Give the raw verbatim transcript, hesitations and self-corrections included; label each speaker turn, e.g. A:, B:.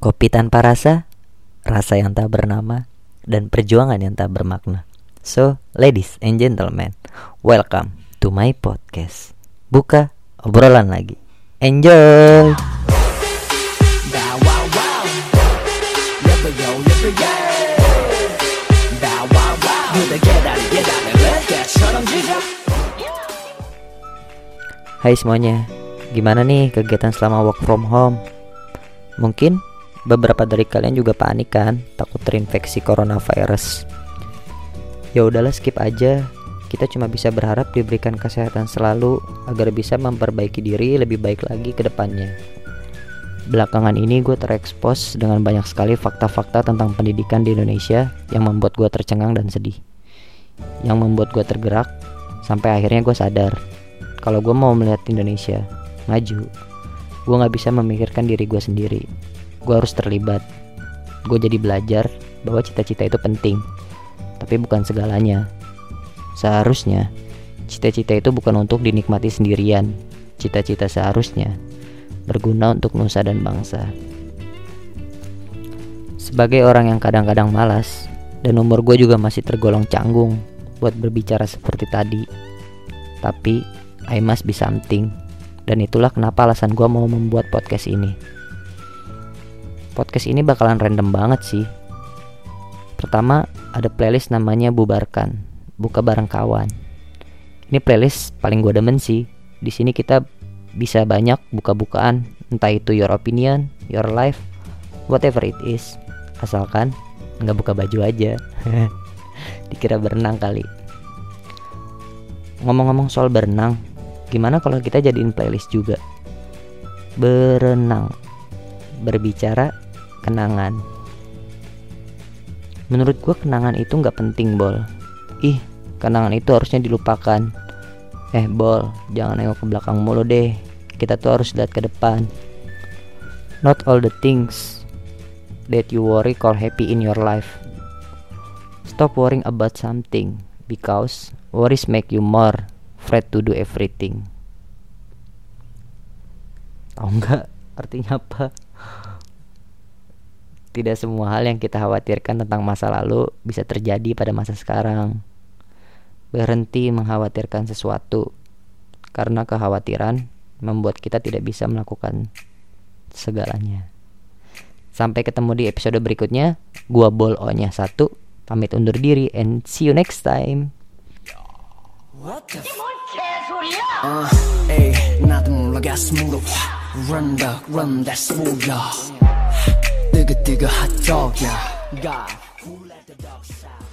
A: Kopi tanpa rasa, rasa yang tak bernama, dan perjuangan yang tak bermakna. So, ladies and gentlemen, welcome to my podcast. Buka obrolan lagi. Enjoy. Hai semuanya, gimana nih kegiatan selama work from home? Mungkin beberapa dari kalian juga panik kan, takut terinfeksi coronavirus. Ya udahlah, skip aja. Kita cuma bisa berharap diberikan kesehatan selalu agar bisa memperbaiki diri lebih baik lagi ke depannya. Belakangan ini gue terekspos dengan banyak sekali fakta-fakta tentang pendidikan di Indonesia yang membuat gue tercengang dan sedih. Yang membuat gue tergerak sampai akhirnya gue sadar kalau gue mau melihat Indonesia maju, gue gak bisa memikirkan diri gue sendiri. Gue harus terlibat. Gue jadi belajar bahwa cita-cita itu penting, tapi bukan segalanya. Seharusnya cita-cita itu bukan untuk dinikmati sendirian. Cita-cita seharusnya berguna untuk nusa dan bangsa. Sebagai orang yang kadang-kadang malas, dan umur gue juga masih tergolong canggung buat berbicara seperti tadi, tapi I must be something. Dan itulah kenapa alasan gue mau membuat podcast ini. Podcast ini bakalan random banget sih. Pertama, ada playlist namanya Bubarkan, buka bareng kawan. Ini playlist paling gue demen sih. Di sini kita bisa banyak buka-bukaan, entah itu your opinion, your life, whatever it is. Asalkan nggak buka baju aja. Dikira berenang kali. Ngomong-ngomong soal berenang, gimana kalau kita jadiin playlist juga? Berenang, berbicara kenangan. Menurut gue kenangan itu gak penting, Bol. Ih, kenangan itu harusnya dilupakan. Eh Bol, jangan nengok ke belakang mulu deh. Kita tuh harus lihat ke depan. Not all the things that you worry call happy in your life. Stop worrying about something, because worries make you more afraid to do everything. Tahu nggak artinya apa? Tidak semua hal yang kita khawatirkan tentang masa lalu bisa terjadi pada masa sekarang. Berhenti mengkhawatirkan sesuatu, karena kekhawatiran membuat kita tidak bisa melakukan segalanya. Sampai ketemu di episode berikutnya. Gua Bol O-nya satu, pamit undur diri and see you next time.
B: Uh, ey, 나도 몰라 가슴으로 Run the, run that smooth, yeah. 뜨거 뜨거 핫도그야. God, who let the dogs out?